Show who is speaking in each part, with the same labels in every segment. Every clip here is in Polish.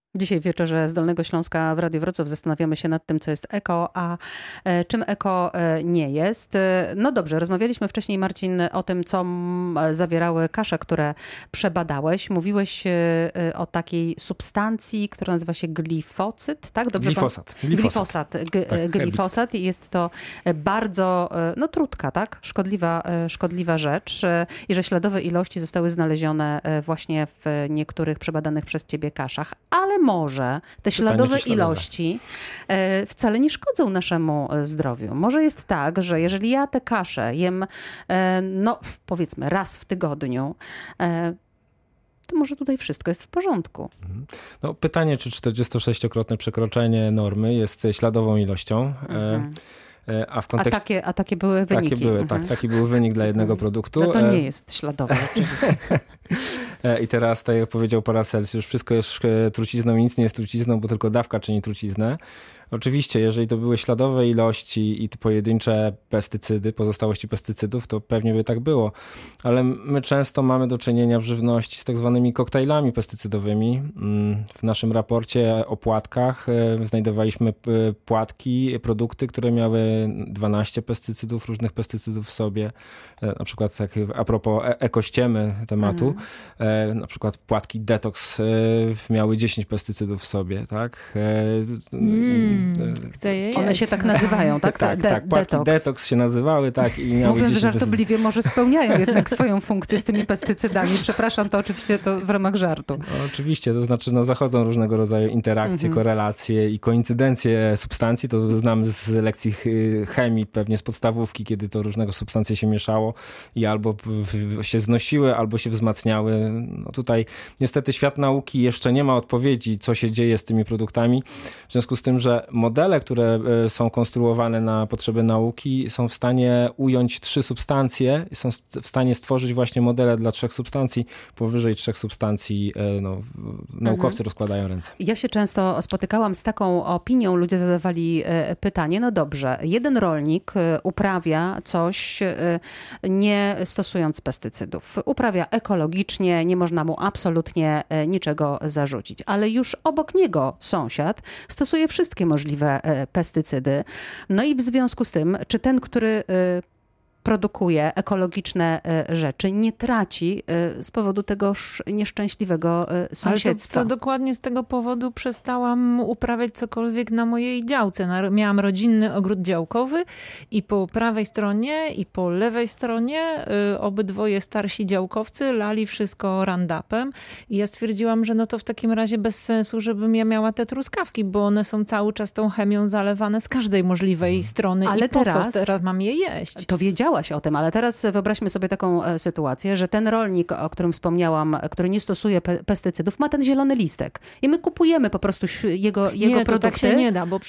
Speaker 1: Dzisiaj w wieczorze z Dolnego Śląska w Radiu Wrocław zastanawiamy się nad tym, co jest eko, a czym eko nie jest. No dobrze, rozmawialiśmy wcześniej, Marcin, o tym, co zawierały kasze, które przebadałeś. Mówiłeś o takiej substancji, która nazywa się glifocyt, tak? Dobrze Glifosat. Jest to bardzo trudka, tak? Szkodliwa rzecz i że śladowe ilości zostały znalezione właśnie w niektórych przebadanych przez ciebie kaszach. Ale może te śladowe ilości wcale nie szkodzą naszemu zdrowiu. Może jest tak, że jeżeli ja tę kaszę jem, powiedzmy raz w tygodniu, to może tutaj wszystko jest w porządku.
Speaker 2: No, pytanie, czy 46-krotne przekroczenie normy jest śladową ilością.
Speaker 1: A takie były wyniki.
Speaker 2: Taki był wynik dla jednego produktu.
Speaker 1: To nie jest śladowe oczywiście.
Speaker 2: I teraz, tak jak powiedział Paracelsus, wszystko jest trucizną i nic nie jest trucizną, bo tylko dawka czyni truciznę. Oczywiście, jeżeli to były śladowe ilości i pojedyncze pestycydy, pozostałości pestycydów, to pewnie by tak było. Ale my często mamy do czynienia w żywności z tak zwanymi koktajlami pestycydowymi. W naszym raporcie o płatkach znajdowaliśmy płatki, produkty, które miały 12 pestycydów, różnych pestycydów w sobie. Na przykład a propos ekościemy tematu, na przykład płatki detoks miały 10 pestycydów w sobie, tak?
Speaker 3: Chcę je jeść.
Speaker 1: One się tak nazywają, tak?
Speaker 2: Tak, płatki detoks się nazywały, tak. I miały
Speaker 1: mówiąc żartobliwie, może spełniają jednak swoją funkcję z tymi pestycydami. Przepraszam, to oczywiście to w ramach żartu.
Speaker 2: No, oczywiście, to znaczy zachodzą różnego rodzaju interakcje, korelacje i koincydencje substancji. To znam z lekcji chemii, pewnie z podstawówki, kiedy to różnego substancje się mieszało i albo się znosiły, albo się wzmacniały. No tutaj niestety świat nauki jeszcze nie ma odpowiedzi, co się dzieje z tymi produktami. W związku z tym, że modele, które są konstruowane na potrzeby nauki, są w stanie ująć 3 substancje, są w stanie stworzyć właśnie modele dla 3 substancji. Powyżej 3 substancji naukowcy rozkładają ręce.
Speaker 1: Ja się często spotykałam z taką opinią, ludzie zadawali pytanie, no dobrze, jeden rolnik uprawia coś nie stosując pestycydów. Uprawia ekologicznie, nie można mu absolutnie niczego zarzucić, ale już obok niego sąsiad stosuje wszystkie możliwe pestycydy. No i w związku z tym, czy ten, który produkuje ekologiczne rzeczy, nie traci z powodu tego nieszczęśliwego sąsiedztwa.
Speaker 3: Ale to dokładnie z tego powodu przestałam uprawiać cokolwiek na mojej działce. Miałam rodzinny ogród działkowy i po prawej stronie i po lewej stronie obydwoje starsi działkowcy lali wszystko Roundupem i ja stwierdziłam, że no to w takim razie bez sensu, żebym ja miała te truskawki, bo one są cały czas tą chemią zalewane z każdej możliwej strony.
Speaker 1: Ale
Speaker 3: i po co teraz mam je jeść?
Speaker 1: To wiedziałaś o tym, ale teraz wyobraźmy sobie taką sytuację, że ten rolnik, o którym wspomniałam, który nie stosuje pestycydów, ma ten zielony listek. I my kupujemy po prostu jego produkty.
Speaker 3: To tak się nie da, bo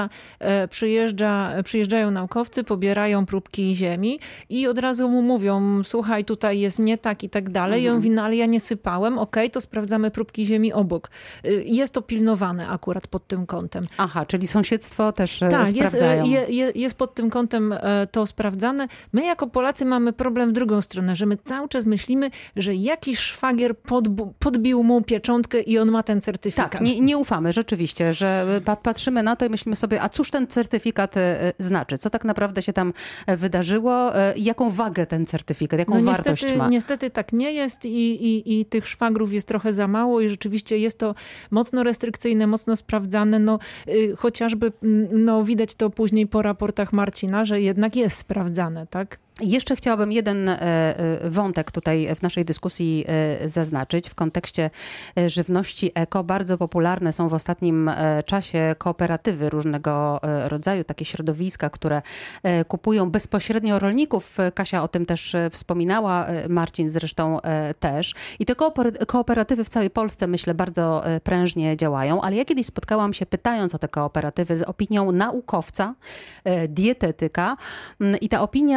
Speaker 3: przyjeżdżają naukowcy, pobierają próbki ziemi i od razu mu mówią, słuchaj, tutaj jest nie tak i tak dalej. I on mówi, no ale ja nie sypałem, to sprawdzamy próbki ziemi obok. Jest to pilnowane akurat pod tym kątem.
Speaker 1: Aha, czyli sąsiedztwo też sprawdzają.
Speaker 3: Jest pod tym kątem to sprawdzane. My jako Polacy mamy problem w drugą stronę, że my cały czas myślimy, że jakiś szwagier podbił mu pieczątkę i on ma ten certyfikat.
Speaker 1: Tak, nie ufamy rzeczywiście, że patrzymy na to i myślimy sobie, a cóż ten certyfikat znaczy? Co tak naprawdę się tam wydarzyło? Jaką wagę ten certyfikat, jaką wartość ma?
Speaker 3: Niestety tak nie jest i tych szwagrów jest trochę za mało i rzeczywiście jest to mocno restrykcyjne, mocno sprawdzane. Chociażby widać to później po raportach Marcina, że jednak jest sprawdzane, tak?
Speaker 1: Jeszcze chciałabym jeden wątek tutaj w naszej dyskusji zaznaczyć. W kontekście żywności eko bardzo popularne są w ostatnim czasie kooperatywy różnego rodzaju, takie środowiska, które kupują bezpośrednio rolników. Kasia o tym też wspominała, Marcin zresztą też. I te kooperatywy w całej Polsce, myślę, bardzo prężnie działają, ale ja kiedyś spotkałam się, pytając o te kooperatywy, z opinią naukowca, dietetyka i ta opinia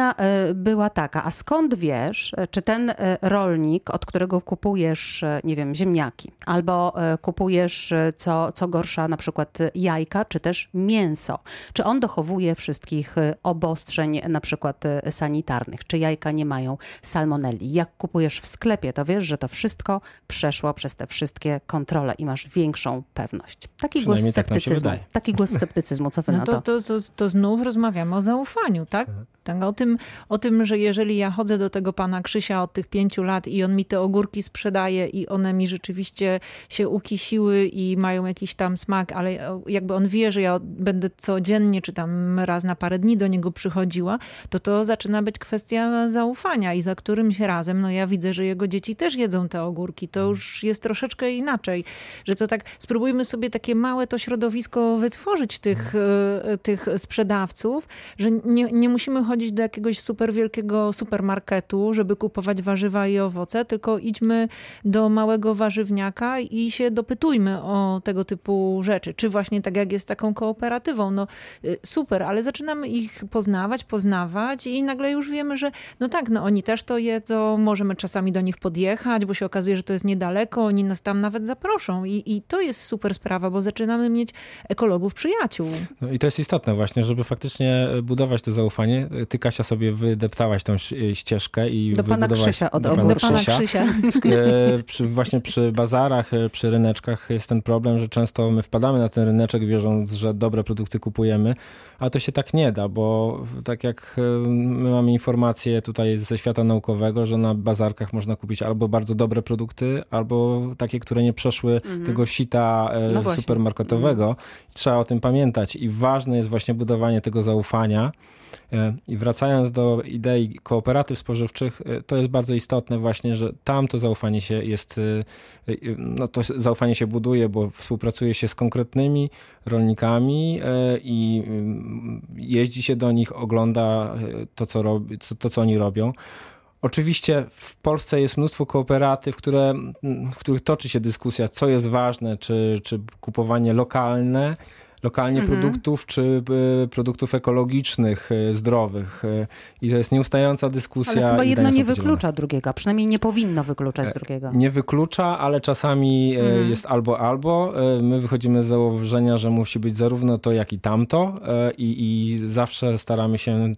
Speaker 1: była taka, a skąd wiesz, czy ten rolnik, od którego kupujesz, nie wiem, ziemniaki, albo kupujesz, co gorsza, na przykład jajka, czy też mięso, czy on dochowuje wszystkich obostrzeń, na przykład sanitarnych, czy jajka nie mają salmonelli. Jak kupujesz w sklepie, to wiesz, że to wszystko przeszło przez te wszystkie kontrole i masz większą pewność. Taki głos sceptycyzmu. Taki głos sceptycyzmu, co wy na to?
Speaker 3: To znów rozmawiamy o zaufaniu, tak? Tak, o tym, że jeżeli ja chodzę do tego pana Krzysia od tych 5 lat i on mi te ogórki sprzedaje i one mi rzeczywiście się ukisiły i mają jakiś tam smak, ale jakby on wie, że ja będę codziennie czy tam raz na parę dni do niego przychodziła, to zaczyna być kwestia zaufania i za którymś razem, no ja widzę, że jego dzieci też jedzą te ogórki. To już jest troszeczkę inaczej, że to tak spróbujmy sobie takie małe to środowisko wytworzyć tych sprzedawców, że nie musimy chodzić do jakiegoś super wielkiego supermarketu, żeby kupować warzywa i owoce, tylko idźmy do małego warzywniaka i się dopytujmy o tego typu rzeczy. Czy właśnie tak jak jest taką kooperatywą, no super, ale zaczynamy ich poznawać i nagle już wiemy, że no tak, no oni też to jedzą, możemy czasami do nich podjechać, bo się okazuje, że to jest niedaleko, oni nas tam nawet zaproszą i to jest super sprawa, bo zaczynamy mieć ekologów przyjaciół.
Speaker 2: No i to jest istotne właśnie, żeby faktycznie budować to zaufanie. Ty, Kasia, sobie wydeptałaś tą ścieżkę i
Speaker 1: do pana Krzysia od ogór.
Speaker 2: Właśnie przy bazarach, przy ryneczkach jest ten problem, że często my wpadamy na ten ryneczek, wierząc, że dobre produkty kupujemy, a to się tak nie da, bo tak jak my mamy informacje tutaj ze świata naukowego, że na bazarkach można kupić albo bardzo dobre produkty, albo takie, które nie przeszły tego sita supermarketowego. Trzeba o tym pamiętać i ważne jest właśnie budowanie tego zaufania. I wracając do idei kooperatyw spożywczych, to jest bardzo istotne właśnie, że tam to zaufanie się buduje, bo współpracuje się z konkretnymi rolnikami i jeździ się do nich, ogląda to, co oni robią. Oczywiście w Polsce jest mnóstwo kooperatyw, w których toczy się dyskusja, co jest ważne, czy kupowanie lokalnie produktów, czy produktów ekologicznych, zdrowych. I to jest nieustająca dyskusja.
Speaker 1: Ale chyba jedno nie wyklucza drugiego, a przynajmniej nie powinno wykluczać drugiego.
Speaker 2: Nie wyklucza, ale czasami jest albo. My wychodzimy z założenia, że musi być zarówno to, jak i tamto i zawsze staramy się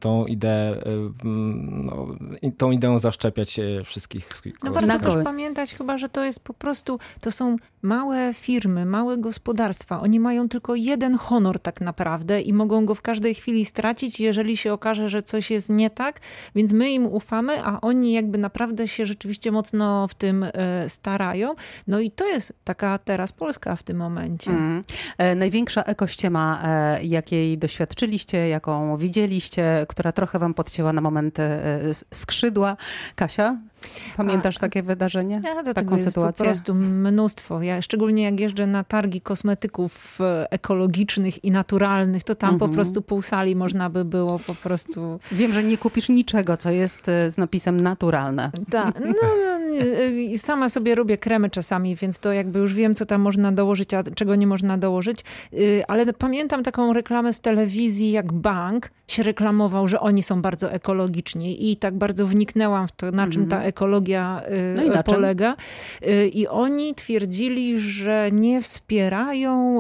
Speaker 2: tą ideą zaszczepiać wszystkich.
Speaker 3: No warto też pamiętać chyba, że to jest po prostu, to są małe firmy, małe gospodarstwa. Oni mają tylko jeden honor tak naprawdę i mogą go w każdej chwili stracić, jeżeli się okaże, że coś jest nie tak, więc my im ufamy, a oni jakby naprawdę się rzeczywiście mocno w tym starają. No i to jest taka teraz Polska w tym momencie.
Speaker 1: Największa ekościema, jakiej doświadczyliliście, jaką widzieliście, która trochę wam podcięła na moment skrzydła. Kasia? Pamiętasz takie wydarzenie? Taką sytuację?
Speaker 3: Po prostu mnóstwo. Ja szczególnie jak jeżdżę na targi kosmetyków ekologicznych i naturalnych, to tam po prostu pół sali można by było po prostu...
Speaker 1: Wiem, że nie kupisz niczego, co jest z napisem naturalne.
Speaker 3: Tak. Sama sobie robię kremy czasami, więc to jakby już wiem, co tam można dołożyć, a czego nie można dołożyć. Ale pamiętam taką reklamę z telewizji, jak bank się reklamował, że oni są bardzo ekologiczni i tak bardzo wniknęłam w to, na czym ta ekologia polega. I oni twierdzili, że nie wspierają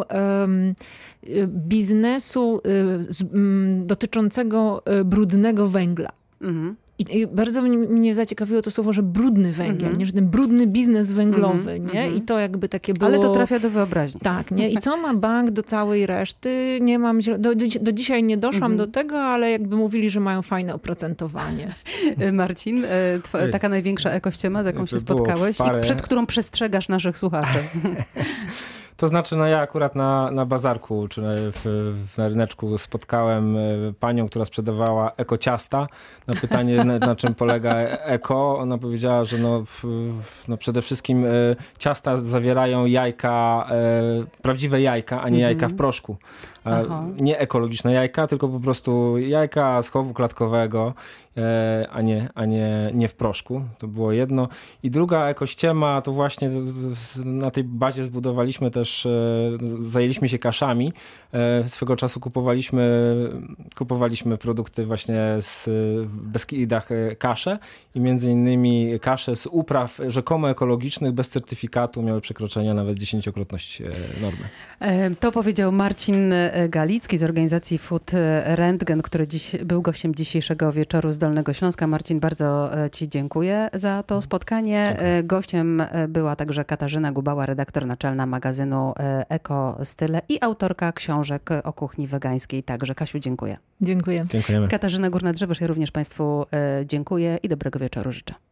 Speaker 3: biznesu dotyczącego brudnego węgla. I bardzo mnie zaciekawiło to słowo, że brudny węgiel, nie? Że ten brudny biznes węglowy, nie? I to jakby takie było...
Speaker 1: Ale to trafia do wyobraźni.
Speaker 3: Tak, nie? I co ma bank do całej reszty? Nie mam... Do dzisiaj nie doszłam do tego, ale jakby mówili, że mają fajne oprocentowanie.
Speaker 1: Marcin, taka największa ekościema, z jaką się spotkałeś i przed którą przestrzegasz naszych słuchaczy.
Speaker 2: To znaczy, ja akurat na bazarku, czy na ryneczku spotkałem panią, która sprzedawała ekociasta. Na pytanie, na czym polega eko, ona powiedziała, że przede wszystkim ciasta zawierają jajka, prawdziwe jajka, a nie jajka w proszku. Nie ekologiczne jajka, tylko po prostu jajka z chowu klatkowego, a nie w proszku. To było jedno. I druga ekościema, to właśnie na tej bazie zbudowaliśmy też też zajęliśmy się kaszami. Swego czasu kupowaliśmy produkty właśnie w Beskidach, kasze i między innymi kasze z upraw rzekomo ekologicznych, bez certyfikatu, miały przekroczenia nawet 10-krotność normy.
Speaker 1: To powiedział Marcin Galicki z organizacji Food Rentgen, który dziś był gościem dzisiejszego wieczoru z Dolnego Śląska. Marcin, bardzo ci dziękuję za to spotkanie. Dziękuję. Gościem była także Katarzyna Gubała, redaktor naczelna magazynu Ekostyle i autorka książek o kuchni wegańskiej. Także Kasiu, dziękuję.
Speaker 3: Dziękuję.
Speaker 2: Dziękujemy.
Speaker 1: Katarzyna Górna-Drzewusz, ja również Państwu dziękuję i dobrego wieczoru życzę.